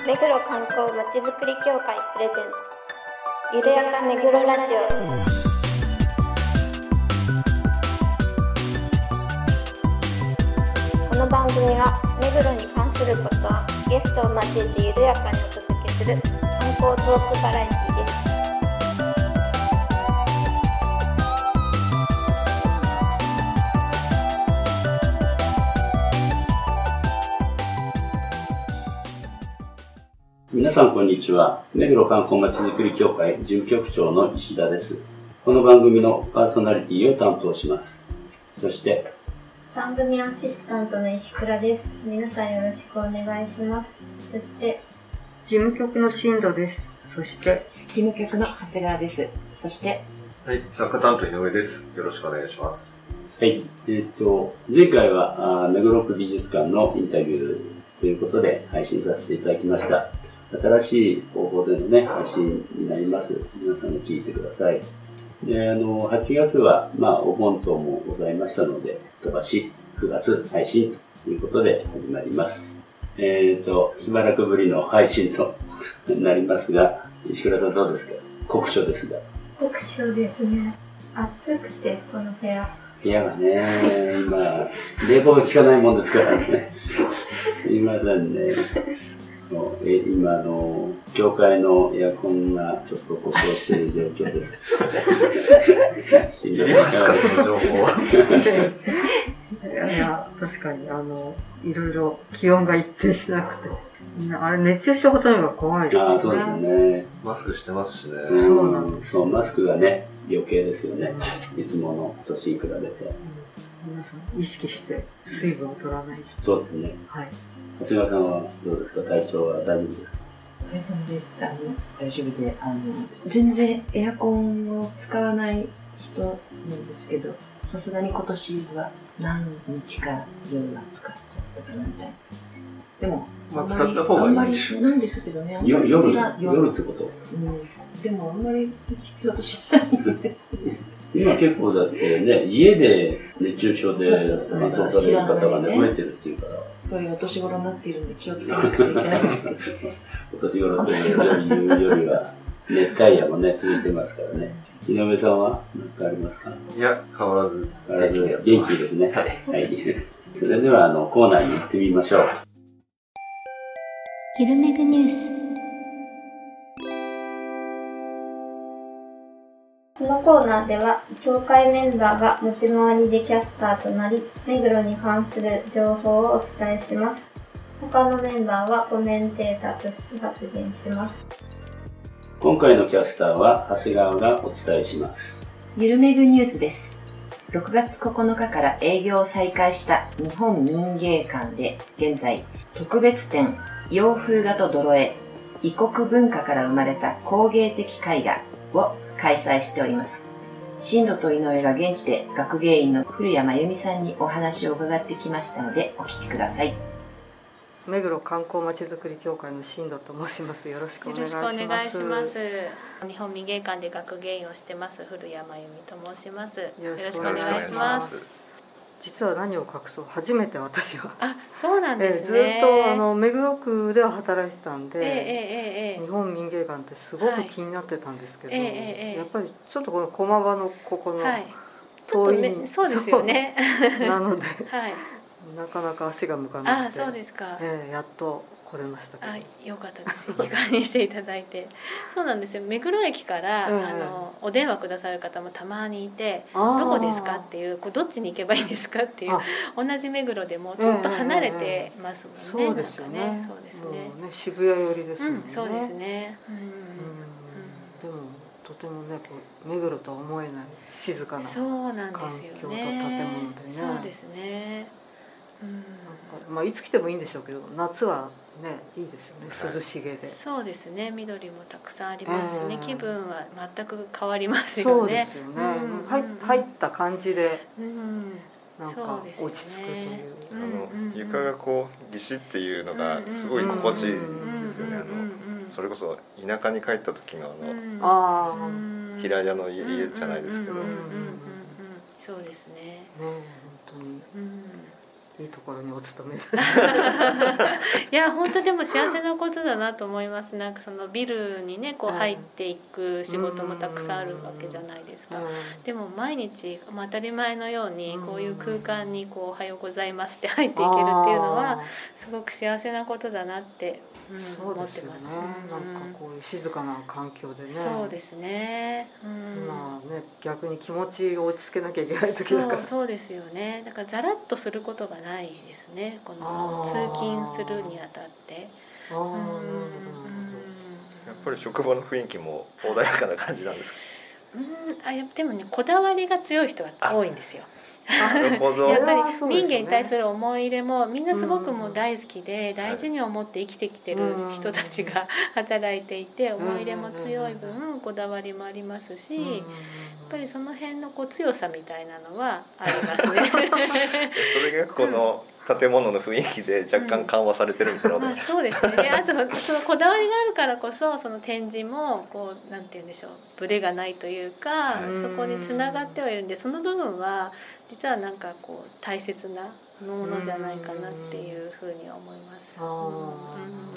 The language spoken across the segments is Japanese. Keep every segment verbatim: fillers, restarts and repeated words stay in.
目黒観光まちづくり協会プレゼンツゆるやか目黒ラジオ。この番組は目黒に関することをゲストを交えてゆるやかにお届けする観光トークバラエティです。 皆さんこんにちは。目黒観光まちづくり協会事務局長の石田です。この番組のパーソナリティを担当します。そして番組アシスタントの石倉です。皆さんよろしくお願いします。そして事務局の進藤です。そして事務局の長谷川です。そしてはい、作家担当井上です。よろしくお願いします。 はい、えー、っと前回はあ目黒区美術館のインタビューということで配信させていただきました。新しい方法でのね配信になります。皆さんも聞いてください。で、あのはちがつはまあお盆等もございましたので飛ばしくがつ配信ということで始まります。えっとしばらくぶりの配信となりますが、石倉さんどうですか？酷暑ですが。 酷暑ですね。暑くてこの部屋。 部屋がね今冷房が効かないもんですからね。すいませんね。え今の教会のエアコンがちょっと故障している状況です。 いりますかその情報は。 いや確かにあのいろいろ気温が一定しなくて、みんなあれ熱中症ほとんどが怖いですね。 ああそうですね。 マスクしてますしね。 うん、 そうなんです。 そうマスクがね余計ですよね。いつもの年に比べて。うん、 皆さん意識して水分を取らないと。 そうですね。 はい。 長谷川さんはどうですか？体調は大丈夫ですか？ お疲れ様であの大丈夫で、あの全然エアコンを使わない人なんですけど、さすがに今年は何日か夜は使っちゃったかなみたいな。でも、 まあ、使った方がいい。 あんまりなんですけどね。 夜夜夜ってこと？ うん。でもあんまり必要としないんで。 今結構だってね、家で熱中症で搬送される方がね、増えてるっていうから。 そういうお年頃になっているんで気をつけなくちゃいけないですけど。 お年頃というよりは、熱帯夜もね、続いてますからね。井上さんは何かありますか？ いや、変わらず変わらず元気ですね。はい。はい。それではあのコーナーに行ってみましょう。 ゆるめぐニュース。このコーナーでは、協会メンバーが持ち回りでキャスターとなり、目黒に関する情報をお伝えします。他のメンバーはコメンテーターとして発言します。 今回のキャスターは長谷川がお伝えします。 ゆるめぐニュースです。ろくがつここのかから営業を再開した日本民芸館で、現在特別展洋風画と泥絵、異国文化から生まれた工芸的絵画を開催しております。進藤と井上が現地で学芸員の古谷真由美さんにお話を伺ってきましたのでお聞きください。 目黒観光まちづくり協会の進藤と申します。よろしくお願いします。 よろしくお願いします。日本民芸館で学芸員をしてます古谷真由美と申します。よろしくお願いします。 実は何を隠そう、初めて私はあ、そうなんですね、 ね。 ずっとあの目黒区では働いてたんで、 えーえーえー、 日本民芸館ってすごく気になってたんですけど、 はい、えーえー、 やっぱりちょっとこの駒場のここの遠い、 はい、そうですよね。 なので、 はい、 なかなか足が向かなくて、 あ、そうですか。 えー、やっと来れましたけど。 あ、よかったです。機会にしていただいて。そうなんですよ。目黒駅から、えー、あのお電話くださる方もたまにいて、どこですかっていう、こうどっちに行けばいいんですかっていう、同じ目黒でもちょっと離れてますもんね。 そうですよね。 そうですね。 ね、渋谷寄りですもんね。 うん、そうですね。うん。うん、 でもとてもね、こう目黒とは思えない静かな環境と建物でね。 そうですね。うん、 まあいつ来てもいいんでしょうけど、夏はねいいですよね、涼しげで。 そうですね、緑もたくさんありますしね、えー、気分は全く変わりますよね。 そうですよね。うん、入, 入った感じで、うん、なんか落ち着くという。 あの床がこうぎしっていうのがすごい心地いいですよね。あのそれこそ田舎に帰った時のあの、うん、平屋の 家, 家じゃないですけど。 そうですね。 ね、本当に。 うん、 いいところにお勤めだいや本当でも幸せなことだなと思います。なんかそのビルにねこう入っていく仕事もたくさんあるわけじゃないですか。でも毎日当たり前のようにこういう空間にこうおはようございますって入っていけるっていうのはすごく幸せなことだなって、うん、 そうですよね、 思ってます。 なんかこういう静かな環境でね。 そうですね、うん、 今ね逆に気持ちを落ち着けなきゃいけない時だから。 そう、そうですよね。だからザラッとすることがないですね、この通勤するにあたって。 ああ、なるほどなるほど。 やっぱり職場の雰囲気も穏やかな感じなんですか？ うん、あやでもねこだわりが強い人は多いんですよ。 なるほど。 やっぱり民芸に対する思い入れもみんなすごくもう大好きで大事に思って生きてきてる人たちが働いていて、思い入れも強い分こだわりもありますし、やっぱりその辺のこう強さみたいなのはありますね。 それがこの建物の雰囲気で若干緩和されてるみたいなことです、 うんまあ、そうですね。あとそのこだわりがあるからこそその展示もこうなんて言うんでしょう、ブレがないというか、はい、そこにつながってはいるんで、その部分は実はなんかこう大切なものじゃないかなっていうふうには思います。 ああ、うんうん、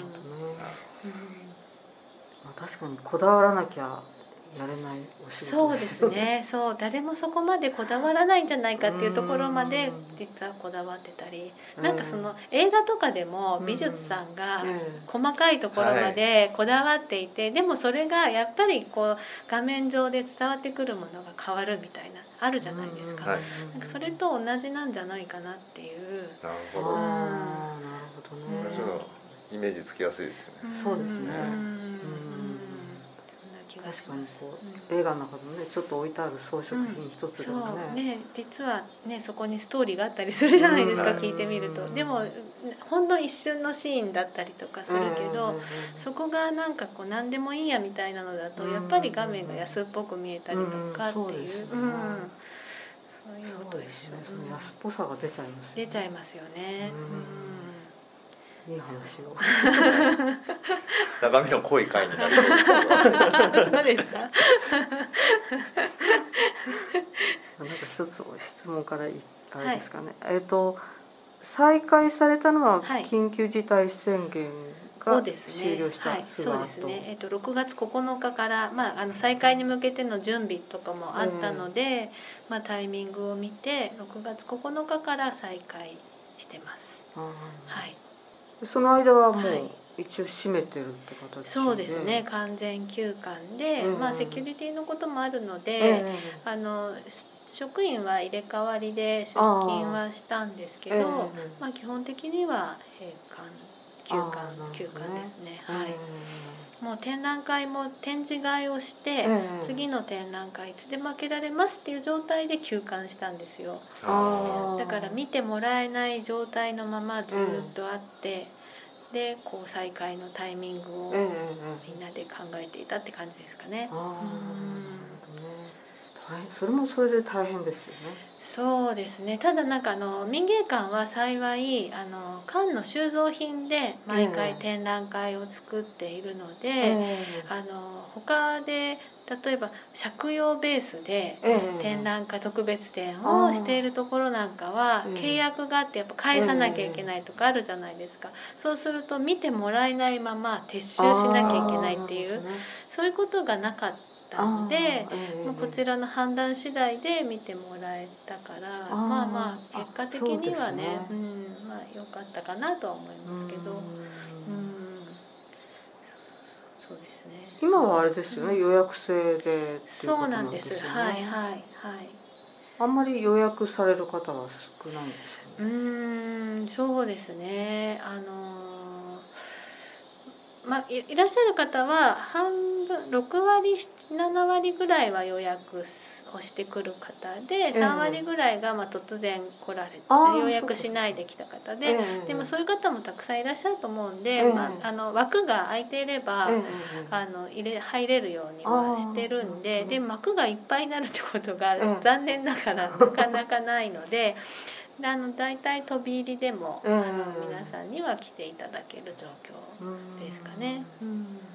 確かにこだわらなきゃやれないお仕事ですよね。そうですね。そう、誰もそこまでこだわらないんじゃないかっていうところまで実はこだわってたり、なんかその映画とかでも美術さんが細かいところまでこだわっていて、でもそれがやっぱりこう画面上で伝わってくるものが変わるみたいなあるじゃないですか。なんかそれと同じなんじゃないかなっていう。 なるほど。なるほどね。ちょっとイメージつきやすいですよね。 そうですね。確かにこう、うん、映画の中でもねちょっと置いてある装飾品一つでもね、 うん、そうね、実はねそこにストーリーがあったりするじゃないですか、うん、聞いてみると。でもほんの一瞬のシーンだったりとかするけど、うん、そこがなんかこう何でもいいやみたいなのだと、うん、やっぱり画面が安っぽく見えたりとかっていう、うん、そうですよね、うん、そういうことですよね。 その安っぽさが出ちゃいますよね。 出ちゃいますよね、 うん、いい話を中身の濃い回になる。 そうですか。なんか一つ質問からあれですかね。はい、えっと再開されたのは緊急事態宣言が終了したすぐ後。 そうですね。えっとろくがつここのかから、まああの再開に向けての準備とかもあったので、えー、まあタイミングを見てろくがつここのかから再開してます。はい。 その間はもう、はい、一応閉めてるって形で。 そうですね、完全休館で、うん、まあセキュリティのこともあるので、うん、あの職員は入れ替わりで出勤はしたんですけど、あ、まあ基本的には閉館休館休館ですね。はい。もう展覧会も展示会をして、次の展覧会いつでも開けられますっていう状態で休館したんですよ。だから見てもらえない状態のままずっとあって、うん、でこう再開のタイミングをみんなで考えていたって感じですかね。 それもそれで大変ですよね。 そうですね。ただなんかあの民芸館は幸いあの館の収蔵品で毎回展覧会を作っているので、えー、あの他で例えば借用ベースで展覧会特別展をしているところなんかは契約があってやっぱ返さなきゃいけないとかあるじゃないですか。そうすると見てもらえないまま撤収しなきゃいけないっていう、そういうことがなかったたので、えー、こちらの判断次第で見てもらえたから、あまあまあ結果的にはね、う、ね、うん、まあ良かったかなとは思いますけど、うん、そうですね。 今はあれですよね、うん、予約制でっていうことなんですよね。 そうなんです。はいはいはい。 あんまり予約される方は少ないんですかね。 うーん、そうですね。あの。まあ、いらっしゃる方は半分ろくわりななわりぐらいは予約をしてくる方で、さんわりぐらいがまあ突然来られて、えー、予約しないで来た方で、えー、でもそういう方もたくさんいらっしゃると思うんで、えーまあ、あの枠が空いていれば、えー、あの入れ入れるようにはしてるんで、で幕がいっぱいになるってことが残念ながらなかなかないので。あのだいたい飛び入りでも、うん、あの皆さんには来ていただける状況ですかね。うん、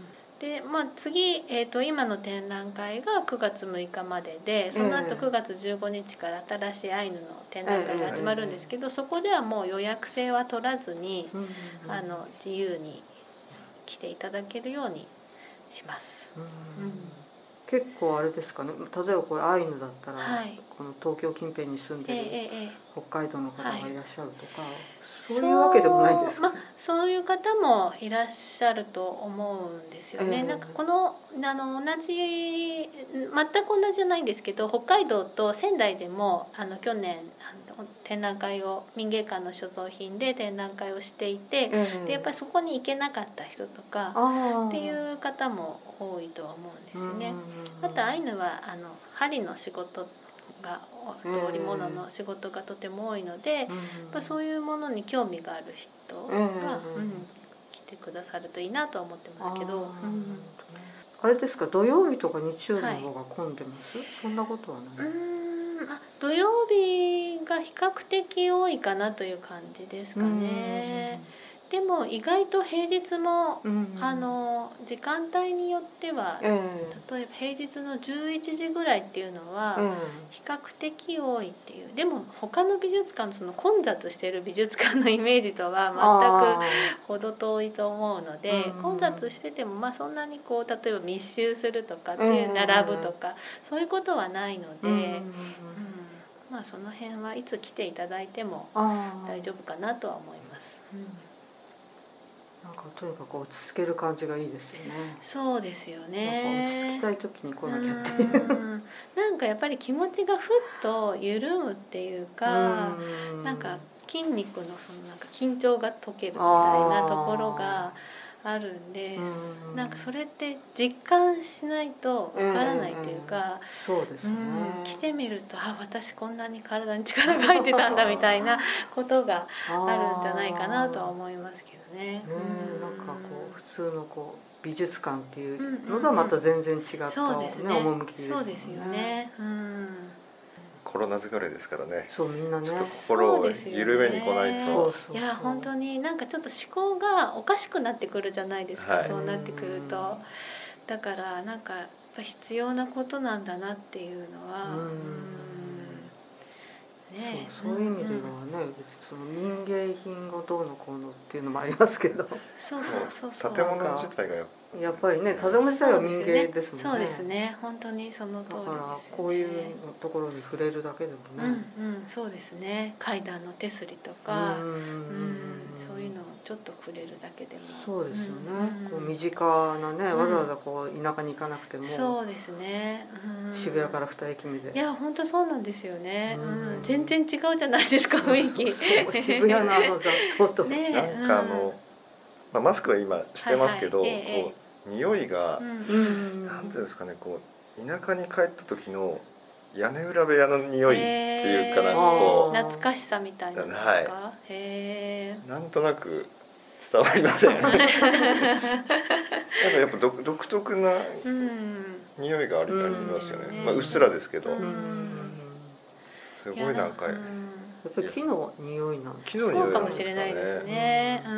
で、まあ、次、えー、と今の展覧会がくがつむいかまでで、その後くがつじゅうごにちから新しいアイヌの展覧会が始まるんですけど、そこではもう予約制は取らずに、あの自由に来ていただけるようにします。うん、 結構あれですかね、例えばこれアイヌだったら、はい、この東京近辺に住んでる北海道の方がいらっしゃるとか、はい、そういうわけでもないんですか、ね、 そう、まあ、そういう方もいらっしゃると思うんですよね、えー、なんかこの、あの同じ全く同じじゃないんですけど、北海道と仙台でもあの去年あの展覧会を民芸館の所蔵品で展覧会をしていて、えー、でやっぱりそこに行けなかった人とかっていう方も多いとは思うんですよね。あとアイヌはあの針の仕事が織物の仕事がとても多いので、うん、そういうものに興味がある人が、うんうん、来てくださるといいなとは思ってますけど、あ、うん、 あれですか、土曜日とか日曜日の方が混んでます、はい、そんなことはない？ うーん、あ、土曜日が比較的多いかなという感じですかね。でも意外と平日も、うんうん、あの時間帯によっては、えー、例えば平日のじゅういちじぐらいっていうのは比較的多いっていう、でも他の美術館のその混雑している美術館のイメージとは全く程遠いと思うので、混雑しててもまあそんなにこう例えば密集するとかっていう並ぶとか、そういうことはないので、うんうんうん、まあその辺はいつ来ていただいても大丈夫かなとは思います。うん、 なんかとにかく落ち着ける感じがいいですよね。 そうですよね。 なんか落ち着きたい時に来なきゃっていう。 なんかやっぱり気持ちがふっと緩むっていうか、うん、なんか筋肉のそのなんか緊張が解けるみたいなところがあるんで、うん、なんかそれって実感しないとわからないっていうか、 うん、そうですね、 うん、来てみると、あ、私こんなに体に力が入ってたんだみたいなことがあるんじゃないかなとは思いますけどね。 ね、なんかこう普通のこう美術館っていうのがまた全然違った、ね、うんうんうん、ね、趣ですよね。 そうですよね。うん、 コロナ疲れですからね。 そう、みんなね、 ちょっと心を緩めに来ないと。 そうそうそう、 いや本当になんかちょっと思考がおかしくなってくるじゃないですか、はい、そうなってくると。だからなんかやっぱ必要なことなんだなっていうのは。うん、 ね、そう、そういう意味ではね、うん、別にその民芸品をどうのこうのっていうのもありますけど、 そうそうそうそう、 建物自体がやっぱりね、建物自体は民芸ですもんね。 そうですね、本当にその通りですよね。 だからこういうところに触れるだけでもね、 うんうん、そうですね、階段の手すりとか、うん、うん、そういうのをちょっと触れるだけでも、 そうですよね、うん、こう身近なね、わざわざこう田舎に行かなくても、 そうですね、うん、 渋谷から二駅目で、 いや本当そうなんですよね、うん、全然違うじゃないですか、雰囲気。 そうそうそう、渋谷のあの雑踏と、 ね、 なんかあの、まあ、マスクは今してますけど、はいはい、ええ、こう匂いが、うん、なんていうんですかね、こう田舎に帰った時の屋根裏部屋の匂いっていうか、なんかこう懐かしさみたいなですか、はい、へー、なんとなく伝わりません。なんかやっぱ独独特な匂いがあり、うん、ありますよね、まあ、うっすらですけど、うん、すごいなんかやっぱり木の匂いなんですかね。そうかもしれないですね、うん、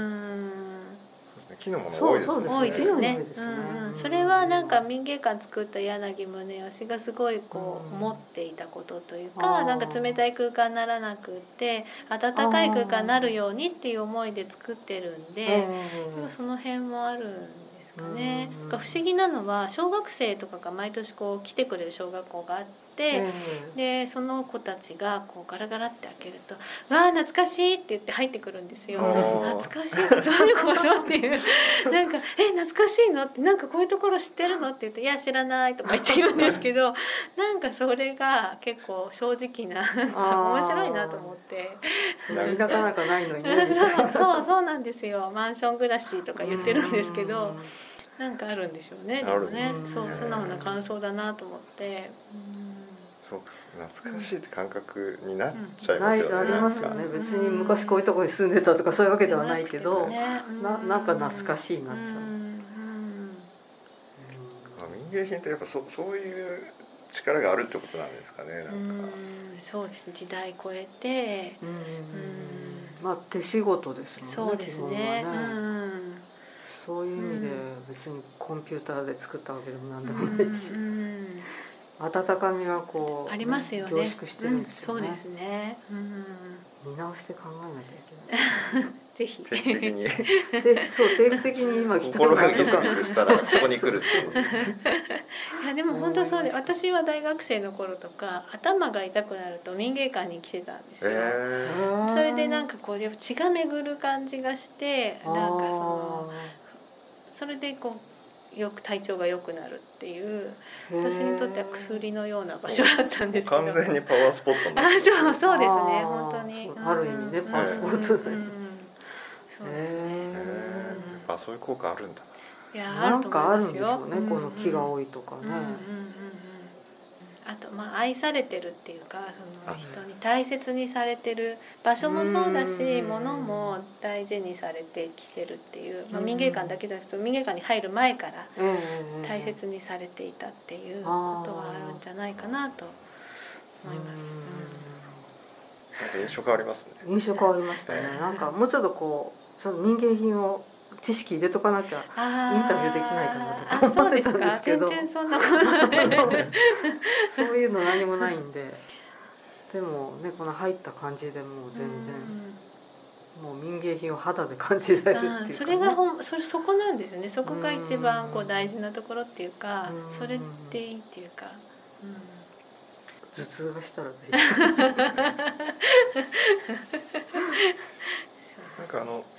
木のもの多いですね。 多いですね。それはなんか民芸館作った柳宗悦がすごいこう思っていたことというか、なんか冷たい空間にならなくって暖かい空間になるようにっていう思いで作ってるんで、その辺もあるんですかね。不思議なのは小学生とかが毎年こう来てくれる小学校があって。でその子たちがこうガラガラって開けると「わあ懐かしい」って言って入ってくるんですよ。懐かしいってどういうことっていうなんか「え懐かしいの?」って「なんかこういうところ知ってるの?」って言って「いや知らない」とか言って言うんですけどなんかそれが結構正直な面白いなと思ってなかなかないのにねみたいなそうそうなんですよ。マンション暮らしとか言ってるんですけどなんかあるんでしょうね。でもねそう素直な感想だなと思って。 そうか、懐かしいって感覚になっちゃいますよね。 なりますよね。別に昔こういうところに住んでたとかそういうわけではないけど、な, なんか懐かしいになっちゃう。 民芸品ってやっぱ そ, そういう力があるってことなんですかね。なんかうんそうですね。時代超えて、うんまあ手仕事ですもんね。 そうですね。 そういう意味で別にコンピューターで作ったわけでもなんでもないし、うんうん、温かみがこう、 ありますよね、 凝縮してるんですよね、 うん、そうですね、うん、 見直して考えなきゃいけないぜひ定期的にそう定期的に今来た心がギスギスしたらそこに来るってこといやでも本当そうで、私は大学生の頃とか頭が痛くなると民芸館に来てたんですよ、えー、それでなんかこう血が巡る感じがして、なんかそのそれでこうよく体調が良くなるっていう、私にとっては薬のような場所だったんですけど、 完全にパワースポットになってる。 そうそうですね、本当にある意味ね、パワースポットだね、 そうですね、 あ、そういう効果あるんだ。 いや、 なんかあるんでしょうね、この木が多いとかね、うんうんうんうん、 あとまあ愛されてるっていうか、その人に大切にされてる場所もそうだし、物も大事にされてきてるっていう、まあ、民芸館だけじゃなくて民芸館に入る前から大切にされていたっていうことはあるんじゃないかなと思います、 うん、なんか印象変わりますね。 印象変わりましたね。なんかもうちょっとこうその民芸品を知識入れとかなきゃインタビューできないかなとか思ってたんですけど、 全然そんなことないそういうの何もないんで、でもね、この入った感じでもう全然もう民芸品を肌で感じられるっていうか、ね、 それがほん そ, れそこなんですよね。そこが一番こう大事なところっていうか、それっていいっていうか、うん、 頭痛がしたらぜひなんかあの、はい、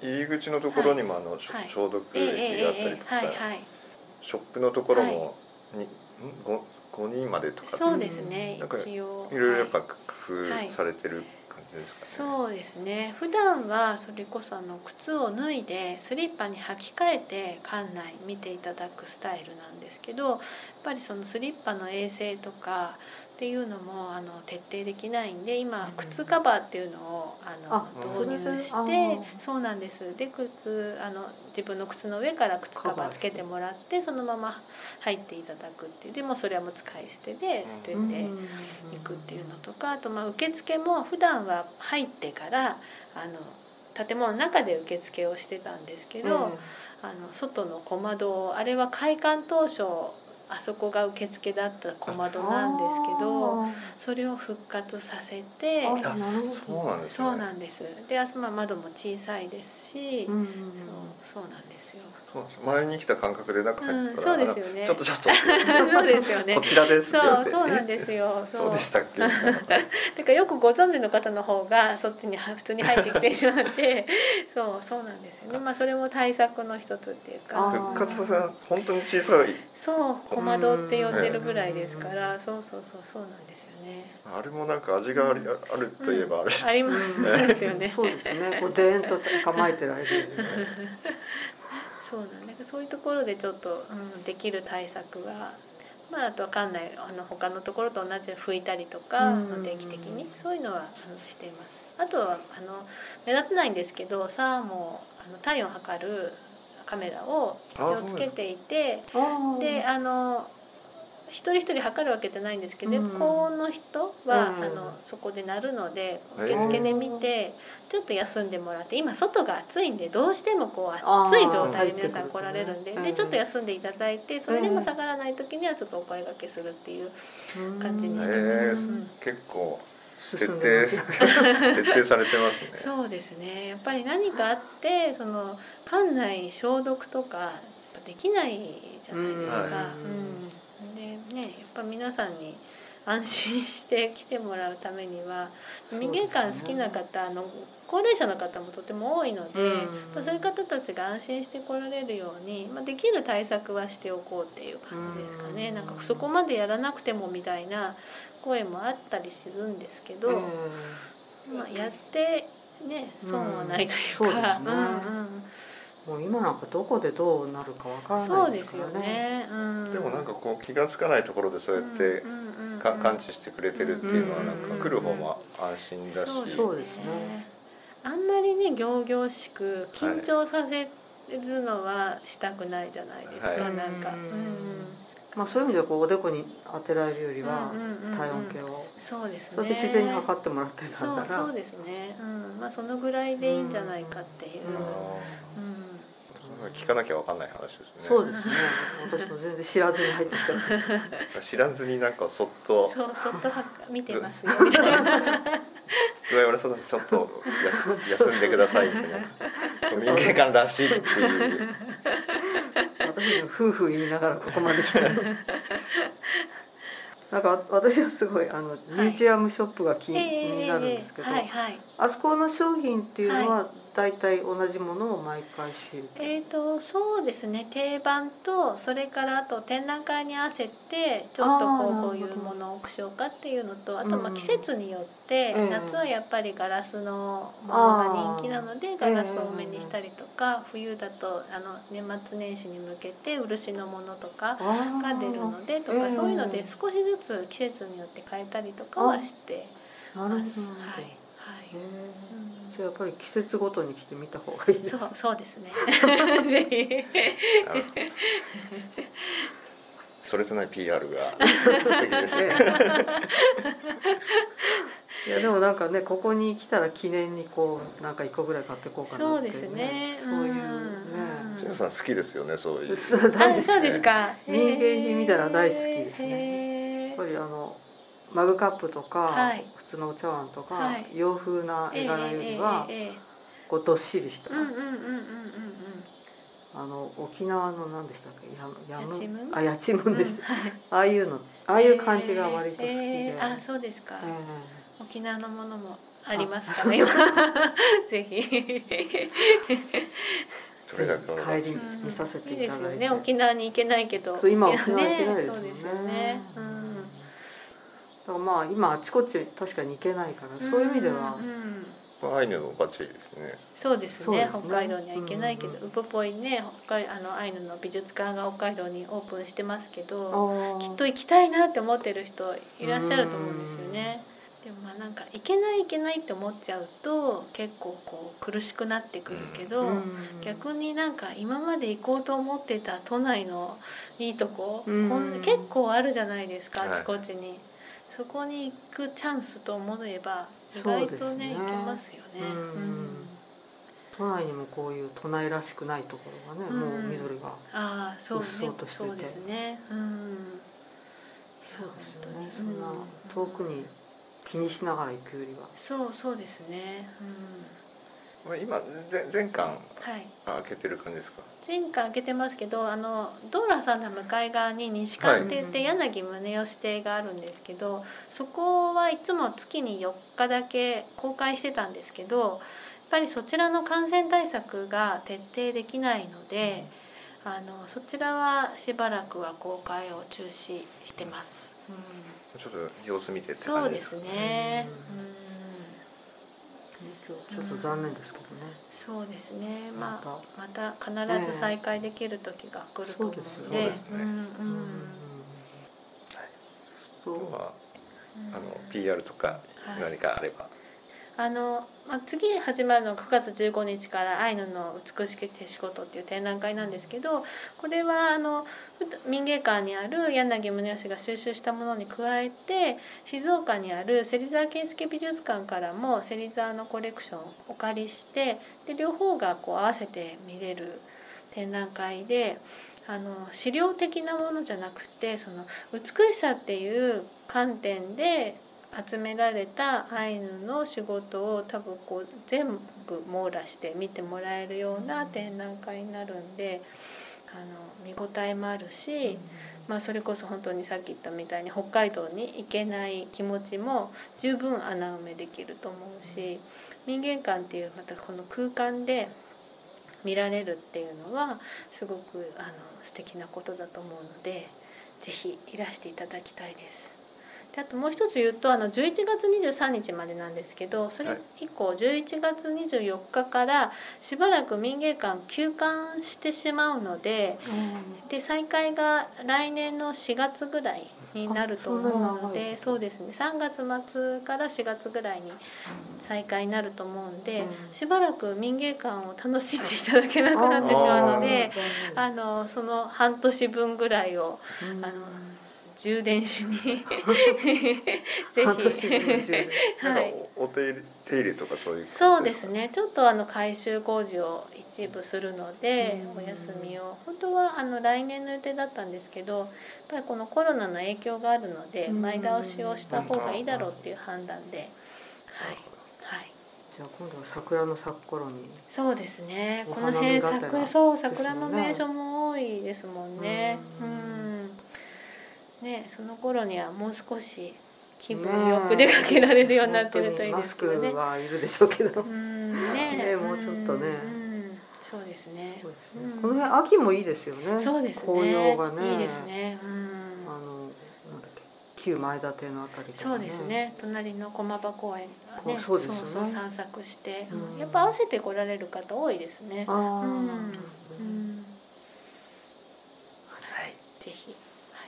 入り口のところにもあの、はい、消毒液があったりとか、はいはいはい、ショップのところもに、はい、ご, ごにんまでとか、 そうですね、 なんか一応いろいろやっぱ工夫されてる感じですかね、 はい、そうですね。普段はそれこそあの靴を脱いでスリッパに履き替えて館内見ていただくスタイルなんですけど、やっぱりそのスリッパの衛生とかっていうのもあの徹底できないんで、今靴カバーっていうのをあの導入して、そうなんです。で靴あの自分の靴の上から靴カバーつけてもらってそのまま入っていただくっていう、でもそれはもう使い捨てで捨てていくっていうのとか、あとまあ受付も普段は入ってからあの建物の中で受付をしてたんですけど、あの外の小窓を、あれは開館当初あそこが受付だった小窓なんですけど、それを復活させて、 あ、そうなんですね。 そうなんです。で、まあ窓も小さいですし、うんうんうん、そう、そうなんですよ。 そうです。前に来た感覚で中入ったら、 うん、そうですよね。 ちょっとちょっとそうですよね。 こちらですって言って。 そう、そうなんですよ。 そう、そうでしたっけ。だからよくご存知の方の方がそっちに普通に入ってきてしまって、そう、そうなんですよね。まあそれも対策の一つっていうか。 復活させる本当に小さい。 そう、小窓って呼んでるぐらいですから、そうそうそう、そうなんですよね。 あれもなんか味がある、うん、あるといえばある、 うん、ありますですよね。 そうですね。こうでーんと構えてられる。 そうなんだけど、そういうところでちょっと、うん、できる対策が、まあ、あとは館内あの他のところと同じ拭いたりとか、うん、定期的にそういうのはあのしています。あとはあの目立たないんですけど、サーモあの体温を測るカメラを一応つけていて、であの一人一人測るわけじゃないんですけど、うん、高温の人は、うん、あのそこで鳴るので受付で見てちょっと休んでもらって、今外が暑いんでどうしてもこう暑い状態で皆さん来られるんで、でちょっと休んでいただいて、それでも下がらない時にはちょっとお声掛けするっていう感じにしてます、 えーうん、結構徹底徹底されてますね。 そうですね。やっぱり何かあってその館内消毒とかできないじゃないですか。うんでね、やっぱ皆さんに安心して来てもらうためには、民芸館好きな方、あの高齢者の方もとても多いので、うん、そういう方たちが安心して来られるように、まあ、できる対策はしておこうっていう感じですかね。なんかそこまでやらなくてもみたいな声もあったりするんですけど、まあ、やってね損はないというか、 そうですね。もう今なんかどこでどうなるかわからないですからね。そうですよね。 うん、 でもなんかこう気がつかないところでそうやってか感知してくれてるっていうのはなんか来る方も安心だし、 そうですね。 あんまりね仰々しく緊張させるのはしたくないじゃないですか、はい、なんか、うん、 まあそういう意味ではこうおでこに当てられるよりは体温計を、 そうですね。 それで自然に測ってもらってたんだら、 そうそうですね。うん、まあそのぐらいでいいんじゃないかっていう。うんね、 聞かなきゃ分かんない話ですね。 そうですね。私も全然知らずに入ってきた。 知らずになんかそっと。 そう、そっと見てますよみたいな。 上村さんちょっと休んでくださいですね。民芸館らしいっていう。 私も夫婦言いながらここまで来た。なんか私はすごいあのミュージアムショップが気になるんですけど、あそこの商品っていうのは大体同じものを毎回仕入れて、 えーとそうですね、定番とそれからあと展覧会に合わせてちょっとこうこういうものを置くしようかっていうのと、あとまあ季節によって、うん、夏はやっぱりガラスのものが人気なのでガラスを多めにしたりとか、冬だとあの年末年始に向けて漆のものとかが出るのでとか、そういうので少しずつ季節によって変えたりとかはしてます。なるほど。はい、はい。 じゃあやっぱり季節ごとに来てみた方がいいです。 そう、そうですね。 ぜひ。それとない ピーアール が素敵ですね。 いやでもなんかね、ここに来たら記念にこうなんか一個ぐらい買っていこうかなっていうね。 そうですね。 そういうね。 しのさん好きですよね、そういう。 大好き。 そうですか。 民芸品みたいなの大好きですね。やっぱりあのマグカップとか、はい、普通のお茶碗とか、はい、洋風な絵柄よりは、えーえーえー、こうどっしりした。あの沖縄の何でしたっけ、ややむあやちむんです、うん、はい、ああいうのああいう感じが割と好きで、 えー、あそうですか、えー、沖縄のものもありますかねぜひそれ帰りに見させていただいて、うん、いいですよね、沖縄に行けないけど、 そう今沖縄行けないですもんね。 そうですよね、うん、 だからまあ今あちこち確かに行けないから、そういう意味では、 うんうん、 アイヌのバッチリですね。 そうですね。北海道には行けないけど、うんうん、ウポポイね、北海あのアイヌの美術館が北海道にオープンしてますけど、きっと行きたいなって思ってる人いらっしゃると思うんですよね。でもまあなんか行けない行けないって思っちゃうと結構こう苦しくなってくるけど、うん、逆になんか今まで行こうと思ってた都内のいいとこ、うん、こん結構あるじゃないですか、あちこちに。はい、そこに行くチャンスと思えば意外と ね, ね行けますよね、うんうん、 都内にもこういう都内らしくないところがね、うん、もう緑がうっそうとしてて、 そうですね、うん、 そうですよね、そんな遠くに気にしながら行くよりは、 そうそうですね、 うん、今全館開けてる感じですか？ 全館開けてますけど、あのドーラさんの向かい側に西館って言って柳宗悦指定があるんですけど、はい、そこはいつも月によっかだけ公開してたんですけど、やっぱりそちらの感染対策が徹底できないので、うん、あのそちらはしばらくは公開を中止してます、 うん、ちょっと様子見てって感じですか？そうですね、うん、 今日ちょっと残念ですけどね、うん、 そうですね、まあ、また必ず再開できる時が来ると思うので、 今日はあの ピーアール とか何かあれば、はい、 あのまあ、次始まるのがくがつじゅうごにちからアイヌの美しき手仕事っていう展覧会なんですけど、これはあの民芸館にある柳宗悦が収集したものに加えて、静岡にある芹沢健介美術館からも芹沢のコレクションをお借りして、で両方がこう合わせて見れる展覧会で、あの資料的なものじゃなくて、その美しさっていう観点で集められたアイヌの仕事を多分こう全部網羅して見てもらえるような展覧会になるんで、あの見応えもあるし、まあ、それこそ本当にさっき言ったみたいに北海道に行けない気持ちも十分穴埋めできると思うし、民芸館っていうまたこの空間で見られるっていうのはすごくあの素敵なことだと思うので、ぜひいらしていただきたいです。であともう一つ言うと、あのじゅういちがつにじゅうさんにちまでなんですけど、それ以降じゅういちがつにじゅうよっかからしばらく民芸館休館してしまうので、うん、で再開が来年のしがつぐらいになると思うので、そうですね、さんがつまつからしがつぐらいに再開になると思うんで、うん、しばらく民芸館を楽しんでいただけなくなってしまうので、あのその半年分ぐらいを、うん、あの充電しにぜひ半年分充電、はい、お手入れ手入れとかそういう、 そうですね、ちょっとあの改修工事を一部するのでお休みを、本当はあの来年の予定だったんですけど、やっぱりこのコロナの影響があるので前倒しをした方がいいだろうっていう判断で、はいはい。 じゃあ今度は桜の咲く頃に。 そうですね、この辺桜、そう桜の名所も多いですもんね。うんね、その頃にはもう少し気分よく出かけられるようになってるといいですけどね。 マスクはいるでしょうけど、 うんね、 ね、もうちょっとね、 うん、そうですね。 そうですね、うん、この辺秋もいいですよね。 そうですね、 紅葉がね、 いいですね。うん、 あのなんだっけ、旧前田邸のあたりとかね。 そうですね、隣の駒場公園がね、 そうですよね、 そうそう散策して、 うん、 やっぱ合わせて来られる方多いですね。 ああ、うん、 うん、はい、ぜひ。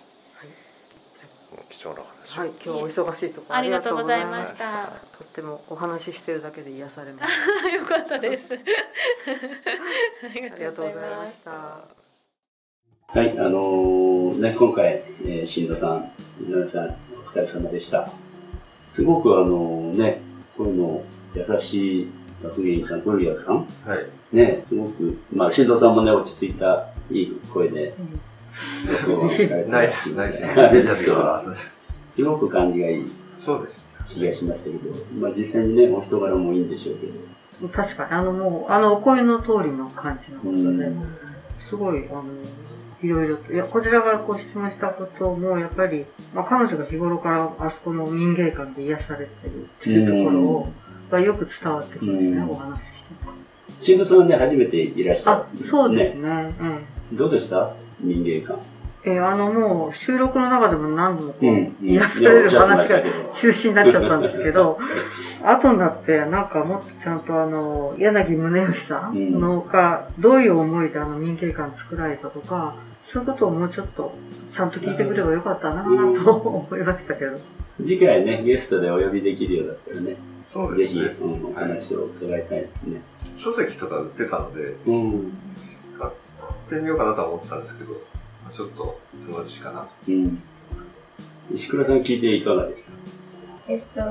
貴重な話、 はい、今日はお忙しいところありがとうございました。 とってもお話ししてるだけで癒されました。 よかったです。ありがとうございました。はい、あのー、ね、今回、えー、新藤さん、井上さん、お疲れ様でした。すごくあのー、ね、声の優しい学芸員さん、ゴリアさん、はい、ね、すごく、まあ、新藤さんもね、落ち着いたいい声で、うん、 ナイス、ナイス。 あれですけど、すごく感じがいい気がしましたけど、まあ実際にね、お人柄もいいんでしょうけど。 確かに、あのもう、あのお声の通りの感じのことで、すごい、あの、いろいろと、いや、こちらがご質問したことも、やっぱり、まあ彼女が日頃からあそこの民芸館で癒されてるっていうところを、がよく伝わってきますね、お話しして。 新藤さんで初めていらっしゃる、 ね。あ、そうですね。 うん。どうでした民芸館。 えー、あのもう収録の中でも何度もこう、うん、癒される話が中心になっちゃったんですけど、後になってなんかもっとちゃんとあの、柳宗悦さんのがどういう思いであの民芸館作られたとか、そういうことをもうちょっとちゃんと聞いてくればよかったなと思いましたけど。 次回ね、ゲストでお呼びできるようだったらね、そうですね、ぜひ、うん、お話を伺いたいですね。 書籍とか売ってたので、うん、買ってみようかなとは思ってたんですけど、ちょっとそのうちかな。うん。 石倉さん聞いていかがでした？ えっと、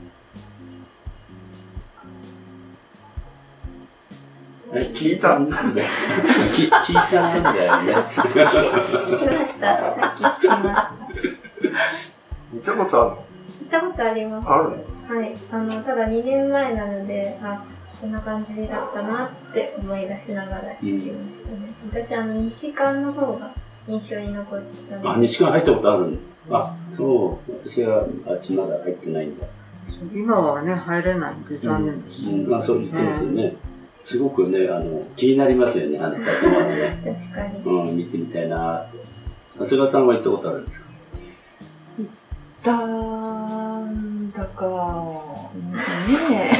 聞いたんだよ。 聞いたんだよね。 聞きました。さっき聞きました。 見たことあるの？ 見たことあります。 あるの？ はい。あの、ただにねんまえなので、あ、こんな感じだったなって思い出しながら聞きましたね。うん、私、あの、西館の方が印象に残ってたので。 あ、西館入ったことあるんだ。あ、そう。私はあっちまだ入ってないんだ。 今はね、入れないんで残念です、ね。 うん、まあそう言ってますよね。すごくね、あの、気になりますよね、あの建物ね。 確かに。 うん、見てみたいなって。長谷川さんは行ったことあるんですか？ 行ったんだか、ね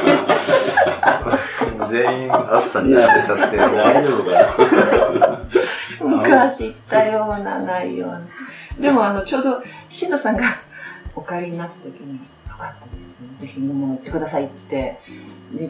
え。全員暑さにやれちゃって。 大丈夫かな。 昔行ったような、ないような。でもあの、ちょうど、しのさんがお帰りになった時に、よかったです。ぜひみんなも行ってくださいって言って、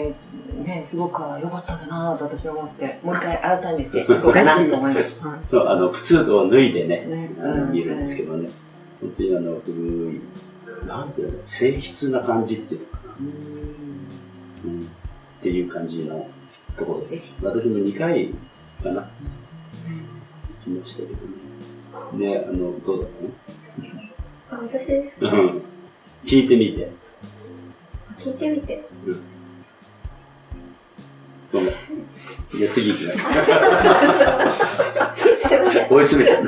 ね、すごく良かったんだなぁと私は思って、もう一回改めて行こうかなと思いました。 そう、あの、靴を脱いでね、ねあの見るんですけどね。本当にあの、古い、なんていうの、静筆な感じっていうのかな。うん、っていう感じのところ。私もにかいかな。行きましたけどね。ね、あの、どうだったの？あ、私ですか？ うん。聞いてみて。 聞いてみて。うん。 ごめん。じゃあ次行きましょう。 すいません。 追い詰めちゃった。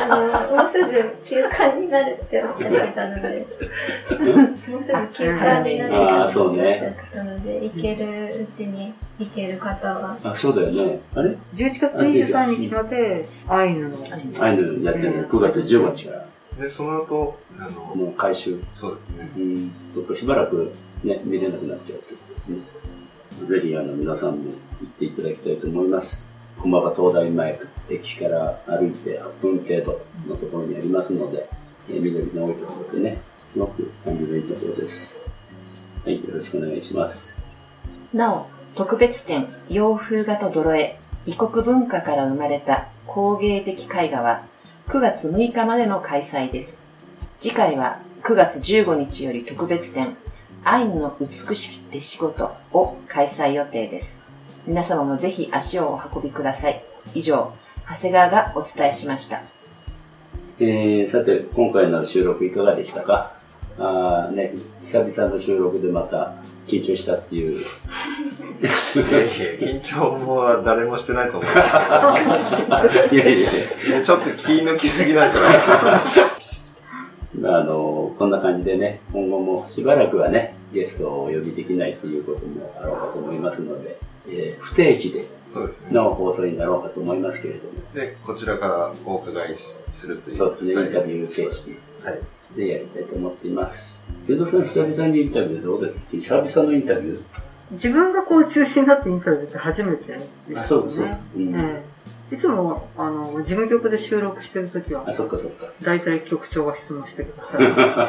あの、もうすぐ休館になるっておっしゃってたので、もうすぐ休館になるっておっしゃってたので、行けるうちに行ける方は。 あ、そうだよね。あれじゅういちがつにじゅうさんにちまでアイヌの。 アイヌやってるのくがつじゅうごにちから。 で、その後、 あの、もう回収。 そうですね。 うん。そっか、しばらくね、見れなくなっちゃうということですね。ぜひ、あの、皆さんも行っていただきたいと思います。駒場東大前駅から歩いてはっぷん程度のところにありますので、えー、緑の多いところでね、すごく感じのいいところです。はい、よろしくお願いします。 なお、特別展、洋風画と泥絵、異国文化から生まれた工芸的絵画は、くがつむいかまでの開催です。次回はくがつじゅうごにちより特別展、 アイヌの美しき手仕事を開催予定です。皆様もぜひ足をお運びください。以上、長谷川がお伝えしました。 えー、さて、今回の収録いかがでしたか？あーね、久々の収録でまた緊張したっていう。いやいや、緊張は誰もしてないと思いますけど。いやいや、ちょっと気抜きすぎなんじゃないですか。 あの、こんな感じでね、今後もしばらくはね、ゲストをお呼びできないということもあろうかと思いますので、えー、不定期での放送になろうかと思いますけれども。 で、こちらからお伺いするという。 そうですね、インタビュー形式でやりたいと思っています。瀬戸さん、久々にインタビューどうだっけ？久々のインタビュー？ 自分がこう中心になってインタビューって初めてです、ね。 あ、そうです、そうです。うんええ、いつも、あの、事務局で収録してるときは、 あ、そっかそっか。 大体局長が質問してくださ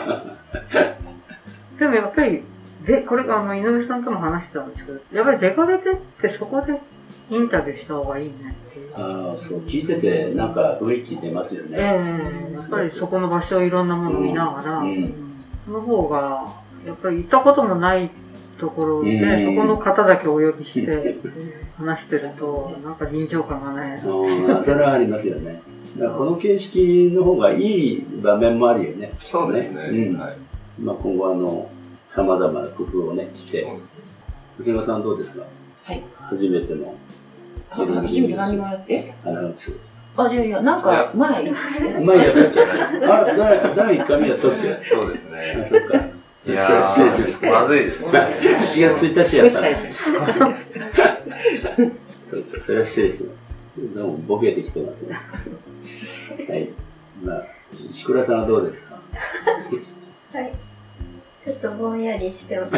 い。でもやっぱり、で、これがあの、井上さんとも話してたんですけど、やっぱり出かけてってそこでインタビューした方がいいねっていう。 ああ、そう、聞いてて、なんか雰囲気出ますよね。 ええー、やっぱりそこの場所をいろんなものを見ながら、うんうん、その方が、やっぱり行ったこともないところで、うん、そこの方だけお呼びして、話してると、なんか臨場感がね。 あそれはありますよね。だからこの形式の方がいい場面もあるよね。 そうですね。 うん、はい。まあ今後あの、様々な工夫をね、して。長谷川さんどうですか？ はい。 初めての。 初めて何もやって？ アナウンス。 あ、いやいや、なんか前。 前やったっけ？あ、だだいいっかいめやったっけ？ そうですね。 あ、そっか。 いやー、失礼します。まずいですね。 しがつついたちやった。そうです。それは失礼します。でも、ボケてきてますね。はい。まあ、石倉さんはどうですか？ はい。ちょっとぼんやりしてます。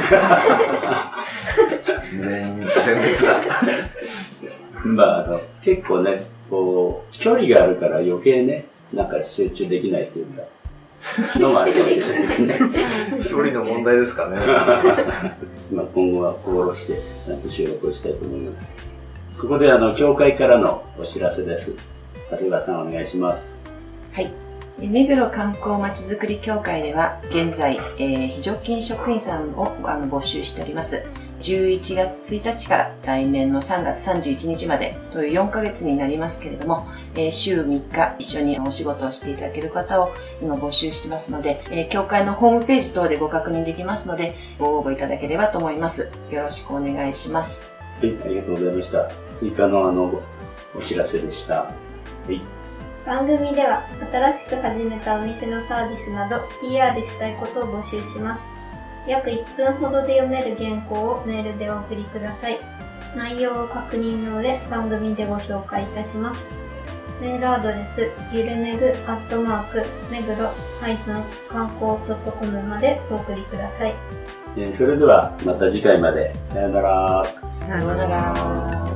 全滅だ。 まあ、あの、結構ね、こう、距離があるから余計ね、なんか集中できないというか、のもあるかもしれないですね。 距離の問題ですかね。 まあ今後は心して、なんと収録をしたいと思います。ここであの、協会からのお知らせです。長谷川さんお願いします。 はい。目黒観光まちづくり協会では、現在、えー、非常勤職員さんをあの募集しております。じゅういちがつついたちから来年のさんがつさんじゅういちにちまでというよんかげつになりますけれども、えー、週みっか一緒にお仕事をしていただける方を今募集してますので、えー、協会のホームページ等でご確認できますので、ご応募いただければと思います。よろしくお願いします。 はい、ありがとうございました。追加のあの、お知らせでした。はい。 番組では新しく始めたお店のサービスなど ピーアール したいことを募集します。約いっぷんほどで読める原稿をメールでお送りください。内容を確認の上、番組でご紹介いたします。メールアドレス、ゆるめぐアットマーク、めぐろ観光 .com までお送りください。 えー、それではまた次回まで。さよなら。 さよなら。